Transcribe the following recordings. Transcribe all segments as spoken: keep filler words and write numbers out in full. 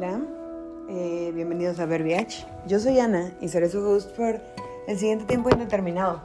Hola, eh, bienvenidos a Verbiage. Yo soy Ana y seré su host por el siguiente tiempo indeterminado.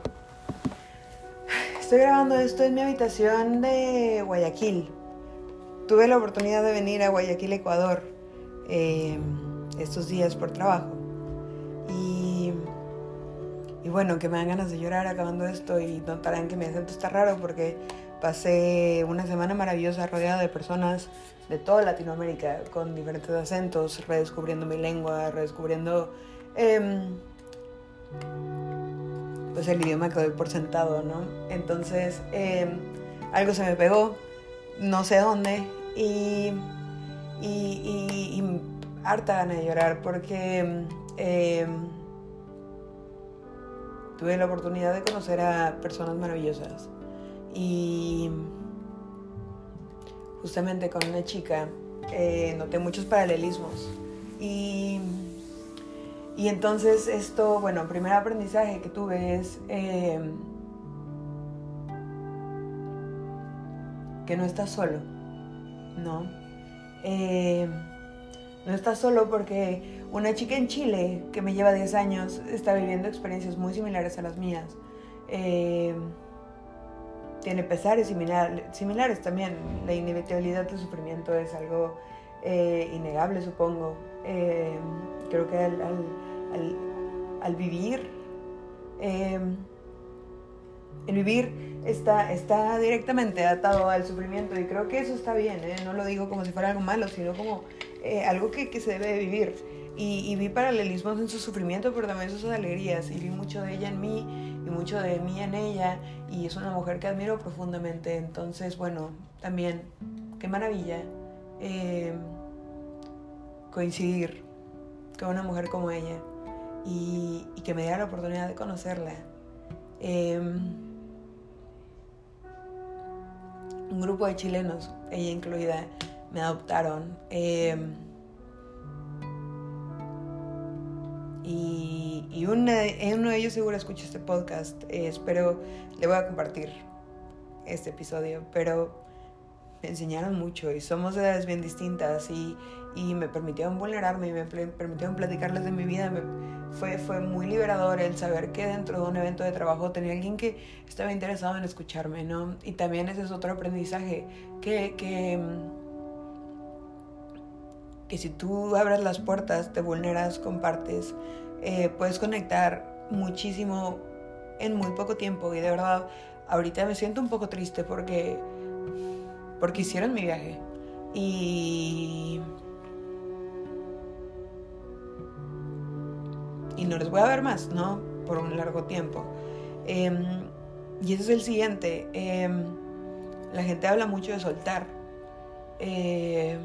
Estoy grabando esto en mi habitación de Guayaquil. Tuve la oportunidad de venir a Guayaquil, Ecuador, eh, estos días por trabajo. Y, y bueno, que me dan ganas de llorar acabando esto y notarán que mi acento está raro porque pasé una semana maravillosa rodeada de personas de toda Latinoamérica con diferentes acentos, redescubriendo mi lengua, redescubriendo eh, pues el idioma que doy por sentado, ¿no? Entonces eh, algo se me pegó, no sé dónde, y, y, y, y harta gana de llorar porque eh, tuve la oportunidad de conocer a personas maravillosas. Y justamente con una chica eh, noté muchos paralelismos y, y entonces esto, bueno, el primer aprendizaje que tuve es eh, que no estás solo, ¿no? Eh, no estás solo porque una chica en Chile que me lleva diez años está viviendo experiencias muy similares a las mías. Eh, Tiene pesares similar, similares también. La inevitabilidad del sufrimiento es algo eh, innegable, supongo. Eh, creo que al, al, al, al vivir, eh, el vivir está, está directamente atado al sufrimiento y creo que eso está bien, ¿eh? No lo digo como si fuera algo malo, sino como eh, algo que, que se debe de vivir. Y, y vi paralelismos en su sufrimiento, pero también sus alegrías, y vi mucho de ella en mí y mucho de mí en ella, y es una mujer que admiro profundamente. Entonces, bueno, también, qué maravilla eh, coincidir con una mujer como ella y, y que me diera la oportunidad de conocerla. Eh, un grupo de chilenos, ella incluida, me adoptaron. Eh, Y, y uno, uno de ellos seguro escucha este podcast. Eh, espero, le voy a compartir este episodio. Pero me enseñaron mucho y somos de edades bien distintas. Y, y me permitieron vulnerarme y me permitieron platicarles de mi vida. Me, fue, fue muy liberador el saber que dentro de un evento de trabajo tenía alguien que estaba interesado en escucharme, ¿no? Y también ese es otro aprendizaje. Que... que que si tú abres las puertas, te vulneras, compartes, eh, puedes conectar muchísimo en muy poco tiempo. Y de verdad, ahorita me siento un poco triste porque, porque hicieron mi viaje. Y, y no les voy a ver más, ¿no? Por un largo tiempo. Eh, y ese es el siguiente. Eh, la gente habla mucho de soltar. Eh,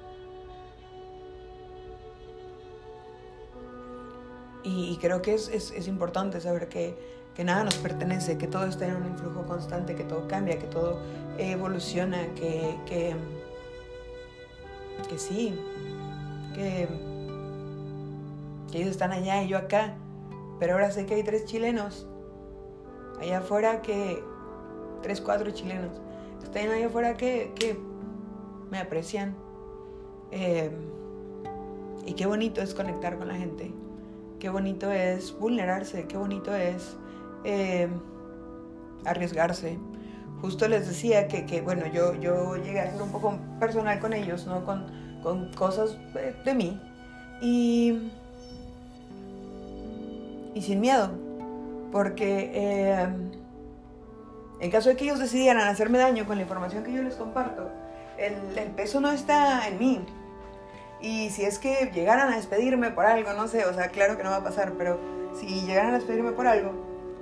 Y, y creo que es, es, es importante saber que, que nada nos pertenece, que todo está en un influjo constante, que todo cambia, que todo evoluciona, que, que, que sí, que, que ellos están allá y yo acá, pero ahora sé que hay tres chilenos allá afuera, que tres, cuatro chilenos están allá afuera que, que me aprecian, eh, y qué bonito es conectar con la gente. Qué bonito es vulnerarse, qué bonito es eh, arriesgarse. Justo les decía que, que bueno, yo, yo llegué a ser un poco personal con ellos, ¿no? Con, con cosas de, de mí. Y, y sin miedo. Porque eh, en caso de que ellos decidieran hacerme daño con la información que yo les comparto, el, el peso no está en mí. Y si es que llegaran a despedirme por algo, no sé, o sea, claro que no va a pasar, pero si llegaran a despedirme por algo,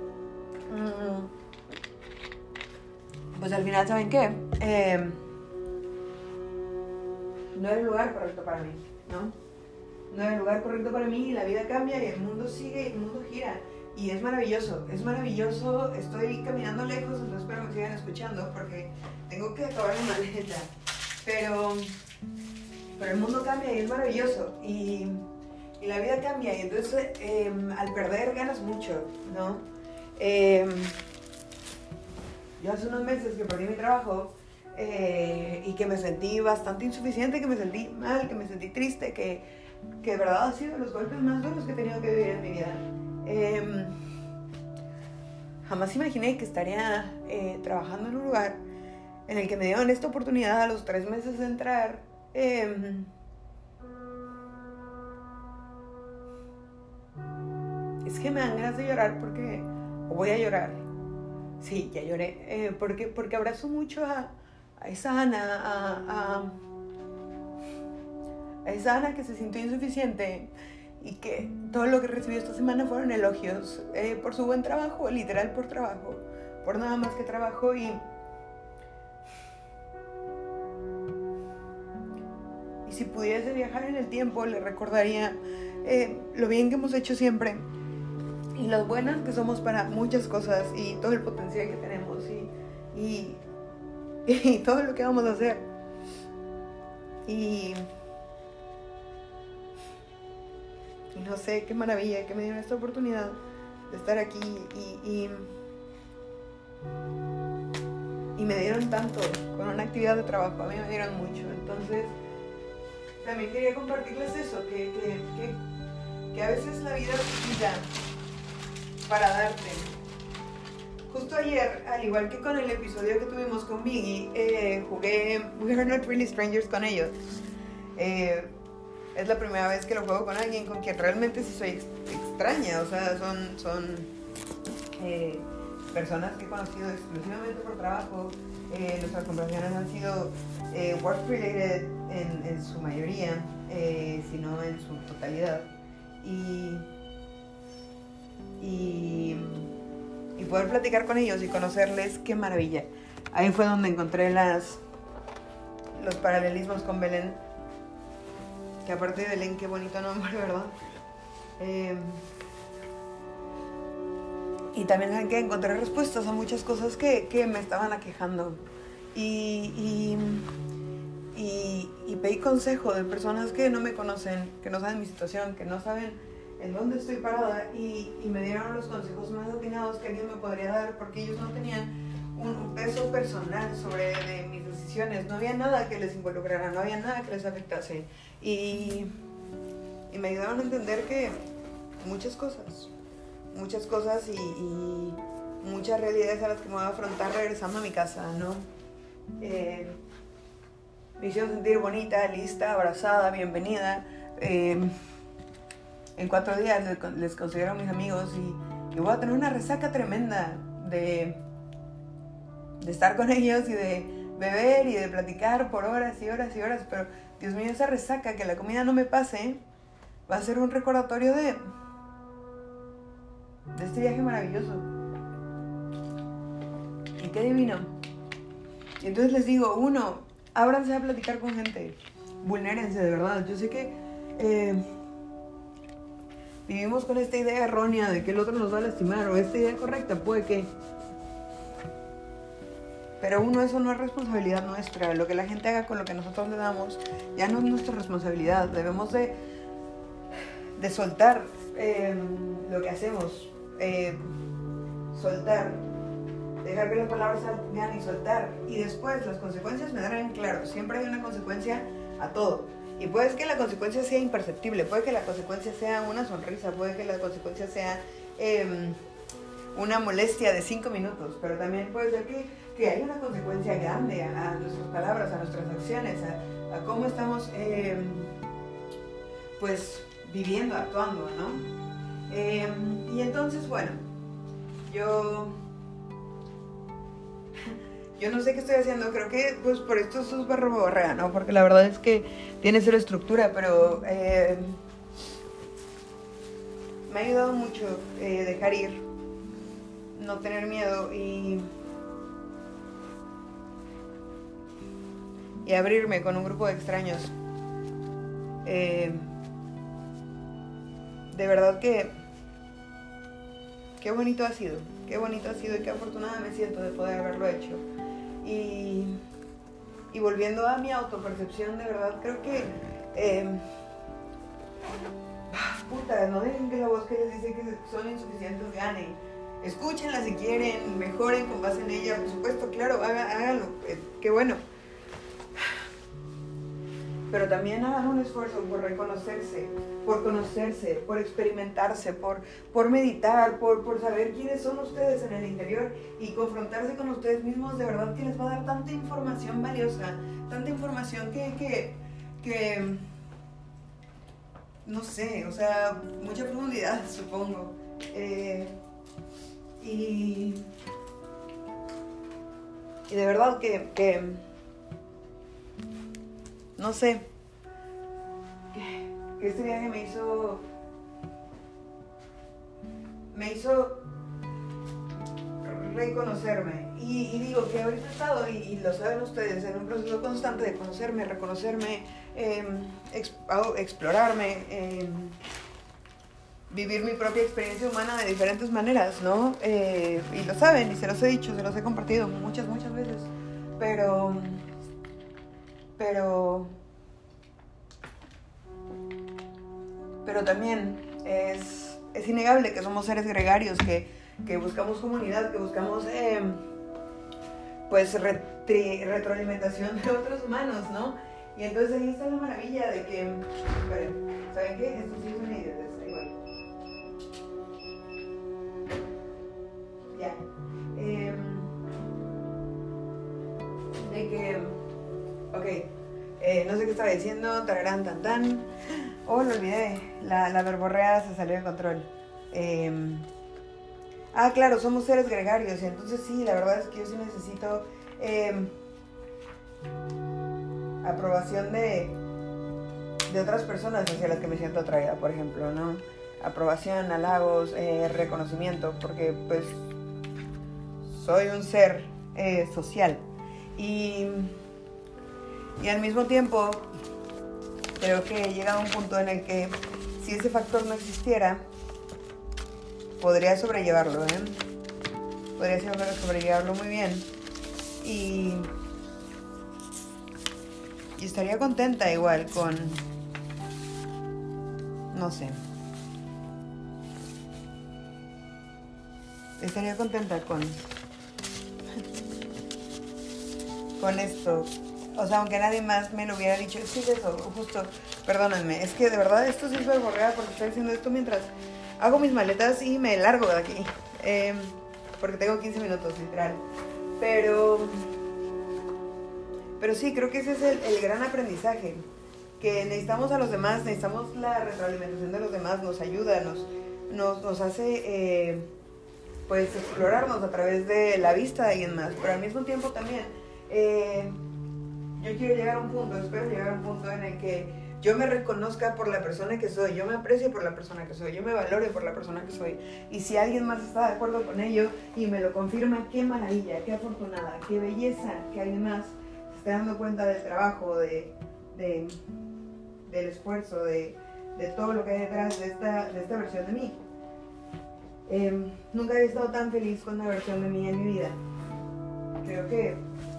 pues al final, ¿saben qué? Eh, no era el lugar correcto para mí, ¿no? No era el lugar correcto para mí y la vida cambia y el mundo sigue y el mundo gira. Y es maravilloso, es maravilloso. Estoy caminando lejos, entonces espero que me sigan escuchando porque tengo que acabar mi maleta. Pero... Pero el mundo cambia y es maravilloso y, y la vida cambia y entonces eh, al perder ganas mucho, ¿no? Eh, yo hace unos meses que perdí mi trabajo, eh, y que me sentí bastante insuficiente, que me sentí mal, que me sentí triste, que, que de verdad han sido los golpes más duros que he tenido que vivir en mi vida. Eh, jamás imaginé que estaría eh, trabajando en un lugar en el que me dieron esta oportunidad a los tres meses de entrar. Eh, es que me dan ganas de llorar porque... o voy a llorar. Sí, ya lloré. Eh, porque, porque abrazo mucho a, a esa Ana, a, a, a esa Ana que se sintió insuficiente y que todo lo que recibió esta semana fueron elogios eh, por su buen trabajo, literal por trabajo, por nada más que trabajo. Y, y si pudiese viajar en el tiempo, le recordaría eh, lo bien que hemos hecho siempre y lo buenas que somos para muchas cosas y todo el potencial que tenemos y, y, y todo lo que vamos a hacer. Y, y no sé, qué maravilla que me dieron esta oportunidad de estar aquí y, y, y me dieron tanto con una actividad de trabajo. A mí me dieron mucho. Entonces también quería compartirles eso, que, que, que, que a veces la vida te quita para darte. Justo ayer, al igual que con el episodio que tuvimos con Biggie, eh, jugué We Are Not Really Strangers con ellos. Eh, es la primera vez que lo juego con alguien con quien realmente sí soy ex- extraña. O sea, son, son eh, personas que he conocido exclusivamente por trabajo. Eh, nuestras conversaciones han sido eh, work related en, en su mayoría, eh, si no en su totalidad. Y Y, y poder platicar con ellos y conocerles, qué maravilla. Ahí fue donde encontré las los paralelismos con Belén, que aparte de Belén, qué bonito nombre, ¿verdad? Eh, y también saben que encontré respuestas a muchas cosas que, que me estaban aquejando y, y, y, y pedí consejo de personas que no me conocen, que no saben mi situación, que no saben en dónde estoy parada, y, y me dieron los consejos más atinados que alguien me podría dar, porque ellos no tenían un peso personal sobre de mis decisiones, no había nada que les involucrara, no había nada que les afectase, y, y me ayudaron a entender que muchas cosas, muchas cosas y, y muchas realidades a las que me voy a afrontar regresando a mi casa, ¿no? Eh, me hicieron sentir bonita, lista, abrazada, bienvenida. Eh, En cuatro días les considero a mis amigos y, y voy a tener una resaca tremenda de, de estar con ellos y de beber y de platicar por horas y horas y horas. Pero, Dios mío, esa resaca, que la comida no me pase, va a ser un recordatorio de, de este viaje maravilloso. Y qué divino. Y entonces les digo, uno, ábranse a platicar con gente. Vulnérense, de verdad. Yo sé que... Eh, vivimos con esta idea errónea de que el otro nos va a lastimar, o esta idea correcta, puede que. Pero uno, eso no es responsabilidad nuestra. Lo que la gente haga con lo que nosotros le damos ya no es nuestra responsabilidad. Debemos de, de soltar eh, lo que hacemos, eh, soltar, dejar que las palabras salgan y soltar. Y después las consecuencias me darán claro. Siempre hay una consecuencia a todo. Y puede que la consecuencia sea imperceptible, puede que la consecuencia sea una sonrisa, puede que la consecuencia sea eh, una molestia de cinco minutos, pero también puede ser que, que haya una consecuencia grande a, a nuestras palabras, a nuestras acciones, a, a cómo estamos eh, pues viviendo, actuando, ¿no? Eh, y entonces, bueno, yo... Yo no sé qué estoy haciendo, creo que pues por esto es verborrea, ¿no? Porque la verdad es que tiene cero estructura, pero eh, me ha ayudado mucho eh, dejar ir, no tener miedo y, y abrirme con un grupo de extraños. Eh, de verdad que qué bonito ha sido, qué bonito ha sido y qué afortunada me siento de poder haberlo hecho. Y, y volviendo a mi autopercepción, de verdad creo que eh, puta, no dejen que la voz que les dice que son insuficientes gane. escúchenla si quieren, mejoren con base en ella, por supuesto, claro, haga, háganlo, eh, qué bueno. Pero también hagan un esfuerzo por reconocerse, por conocerse, por experimentarse, por, por meditar, por, por saber quiénes son ustedes en el interior y confrontarse con ustedes mismos. De verdad que les va a dar tanta información valiosa, tanta información que, que, que no sé, o sea, mucha profundidad, supongo. Eh, y, y de verdad que... que no sé, que este viaje me hizo, me hizo reconocerme. Y, y digo que ahorita he estado, y, y lo saben ustedes, en un proceso constante de conocerme, reconocerme, eh, exp, explorarme, eh, vivir mi propia experiencia humana de diferentes maneras, ¿no? Eh, y lo saben, y se los he dicho, se los he compartido muchas, muchas veces, pero... Pero, pero también es, es innegable que somos seres gregarios, que, que buscamos comunidad, que buscamos eh, pues retri, retroalimentación de otros humanos, ¿no? Y entonces ahí está la maravilla de que, esperen, ¿saben qué? Esto sí es una idiotez, igual. Ya. Eh, de que... Ok, eh, no sé qué estaba diciendo, tararán, tan, tan. Oh, lo olvidé, la, la verborrea se salió de control. Eh, ah, claro, somos seres gregarios, y entonces sí, la verdad es que yo sí necesito eh, aprobación de, de otras personas hacia las que me siento atraída, por ejemplo, ¿no? Aprobación, halagos, eh, reconocimiento, porque pues soy un ser eh, social. Y... Y al mismo tiempo, creo que he llegado a un punto en el que si ese factor no existiera, podría sobrellevarlo, ¿eh? Podría sobrellevarlo muy bien. Y, y estaría contenta igual con... No sé. Estaría contenta con... con esto. O sea, aunque nadie más me lo hubiera dicho, sí es eso, justo, perdónenme, es que de verdad esto sí es verborrea porque estoy haciendo esto mientras hago mis maletas y me largo de aquí, eh, porque tengo quince minutos, literal, pero, pero sí, creo que ese es el, el gran aprendizaje, que necesitamos a los demás, necesitamos la retroalimentación de los demás, nos ayuda, nos, nos, nos hace, eh, pues, explorarnos a través de la vista de alguien más, pero al mismo tiempo también, eh, yo quiero llegar a un punto, espero llegar a un punto en el que yo me reconozca por la persona que soy, yo me aprecie por la persona que soy, yo me valore por la persona que soy. Y si alguien más está de acuerdo con ello y me lo confirma, qué maravilla, qué afortunada, qué belleza que alguien más se esté dando cuenta del trabajo, de, de, del esfuerzo, de, de todo lo que hay detrás de esta, de esta versión de mí. Eh, nunca había estado tan feliz con una versión de mí en mi vida. Creo que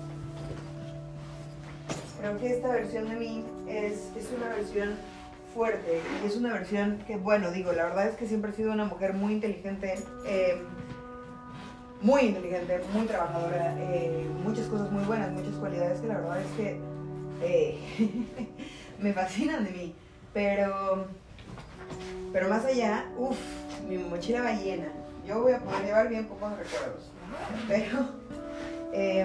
Creo que esta versión de mí es, es una versión fuerte y es una versión que, bueno, digo, la verdad es que siempre he sido una mujer muy inteligente, eh, muy inteligente, muy trabajadora, eh, muchas cosas muy buenas, muchas cualidades que la verdad es que eh, me fascinan de mí, pero, pero más allá, uff, mi mochila va llena, yo voy a poder llevar bien pocos recuerdos, pero... Eh,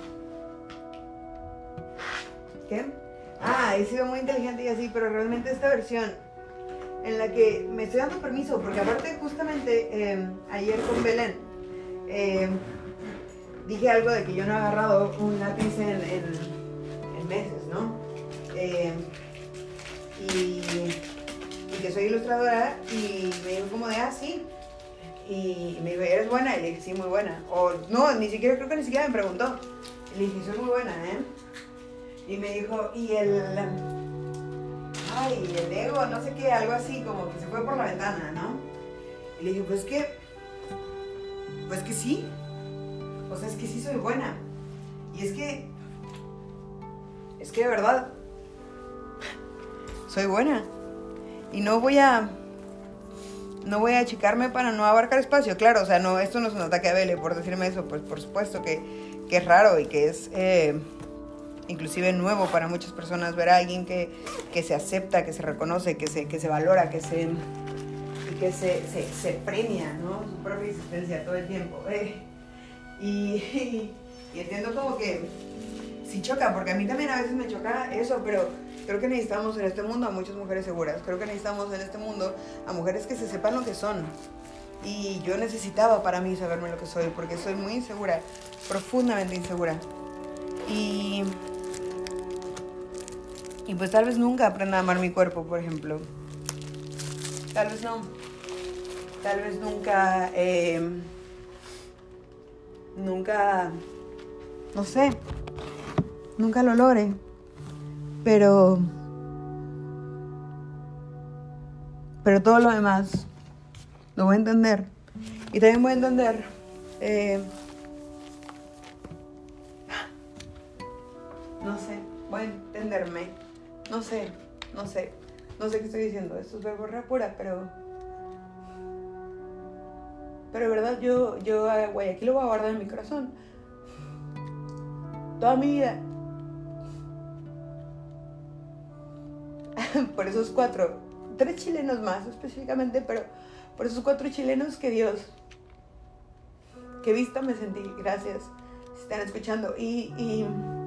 ¿Qué? Ah, he sido muy inteligente y así, pero realmente esta versión en la que me estoy dando permiso, porque aparte justamente eh, ayer con Belén eh, dije algo de que yo no he agarrado un lápiz en, en, en meses, ¿no? Eh, y, y que soy ilustradora y me dijo como de, ah, sí. Y me dijo, ¿eres buena? Y le dije, sí, muy buena. O no, ni siquiera, creo que ni siquiera me preguntó. Y le dije, soy muy buena, ¿eh? Y me dijo, y el... Ay, el ego, no sé qué, algo así, como que se fue por la ventana, ¿no? Y le dije, pues que... Pues que sí. O sea, es que sí soy buena. Y es que... Es que de verdad... Soy buena. Y no voy a... no voy a achicarme para no abarcar espacio. Claro, o sea, no, esto no es un ataque a Bele por decirme eso, pues por supuesto que, que es raro y que es eh, inclusive nuevo para muchas personas ver a alguien que, que se acepta, que se reconoce, que se, que se valora, que se, y que se, se, se premia, ¿no? Su propia existencia todo el tiempo. Eh. Y, y, y entiendo como que sí choca, porque a mí también a veces me choca eso, pero creo que necesitamos en este mundo a muchas mujeres seguras. Creo que necesitamos en este mundo a mujeres que se sepan lo que son. Y yo necesitaba para mí saberme lo que soy, porque soy muy insegura, profundamente insegura. Y, y pues tal vez nunca aprenda a amar mi cuerpo, por ejemplo. Tal vez no. Tal vez nunca... Eh, nunca... No sé. Nunca lo logre. Pero... Pero todo lo demás lo voy a entender. Y también voy a entender... Eh, no sé. Voy a entenderme. No sé. No sé. No sé qué estoy diciendo. Esto es verborrea pura, pero... Pero de verdad yo, yo a Guayaquil lo voy a guardar en mi corazón. Toda mi vida. Por esos cuatro, tres chilenos más específicamente, pero por esos cuatro chilenos que Dios, qué vista me sentí, gracias, si están escuchando. Y, y,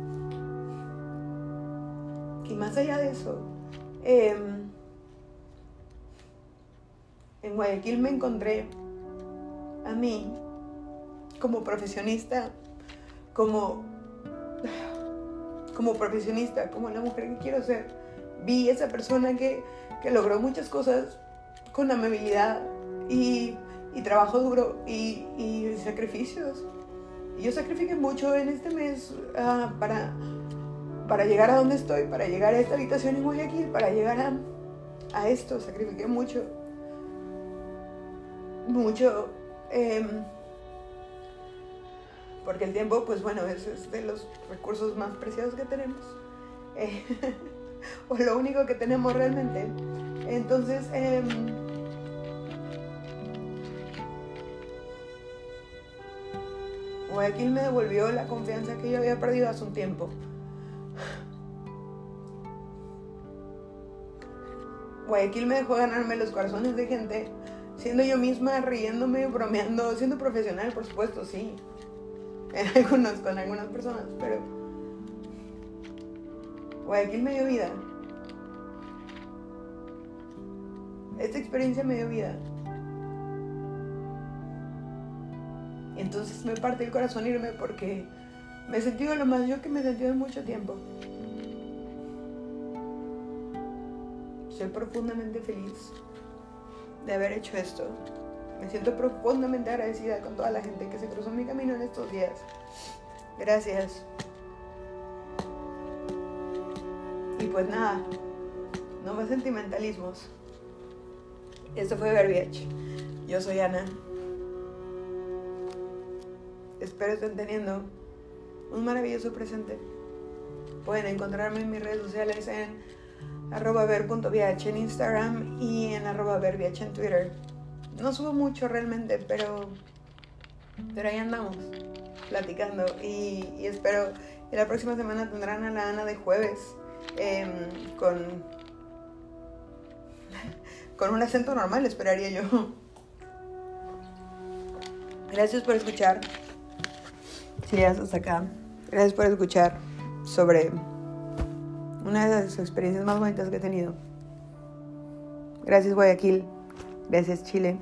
y más allá de eso, eh, en Guayaquil me encontré a mí como profesionista, como, como profesionista, como la mujer que quiero ser. Vi esa persona que, que logró muchas cosas con amabilidad y, y trabajo duro y, y sacrificios. Y yo sacrifiqué mucho en este mes uh, para, para llegar a donde estoy, para llegar a esta habitación en Guayaquil, para llegar a, a esto. Sacrifiqué mucho, mucho, eh, porque el tiempo, pues bueno, es, es de los recursos más preciados que tenemos. Eh, o lo único que tenemos realmente. Entonces eh, Guayaquil me devolvió la confianza que yo había perdido hace un tiempo. Guayaquil me dejó ganarme los corazones de gente siendo yo misma, riéndome, bromeando, siendo profesional, por supuesto, sí, en algunos, con algunas personas, pero Guayaquil me dio vida. Esta experiencia me dio vida. Y entonces me parte el corazón irme porque me he sentido lo más yo que me he sentido en mucho tiempo. Soy profundamente feliz de haber hecho esto. Me siento profundamente agradecida con toda la gente que se cruzó en mi camino en estos días. Gracias. Y pues nada, no más sentimentalismos. Esto fue Verbiage. Yo soy Ana. Espero estén teniendo un maravilloso presente. Pueden encontrarme en mis redes sociales en arroba ver punto v h en Instagram y en arroba verbiage en Twitter. No subo mucho realmente, pero, pero ahí andamos platicando. Y, y espero que la próxima semana tendrán a la Ana de jueves. Eh, con con un acento normal, esperaría yo. Gracias por escuchar. Si llegas hasta acá, gracias por escuchar sobre una de las experiencias más bonitas que he tenido. Gracias Guayaquil, gracias Chile,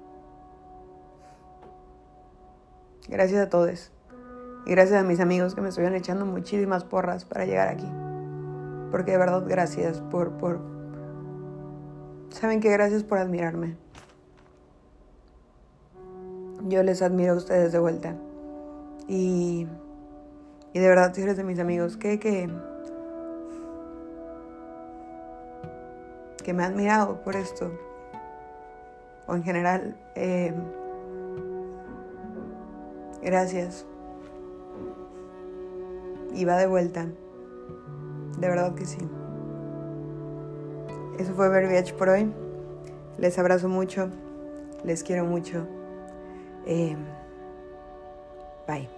gracias a todos y gracias a mis amigos que me estuvieron echando muchísimas porras para llegar aquí. Porque de verdad, gracias por, por... ¿Saben qué? Gracias por admirarme. Yo les admiro a ustedes de vuelta. Y... Y de verdad, si eres de mis amigos, que... Que, que me ha admirado por esto. O en general, eh, gracias. Y va de vuelta. De verdad que sí. Eso fue Verbiage por hoy. Les abrazo mucho. Les quiero mucho. Eh, bye.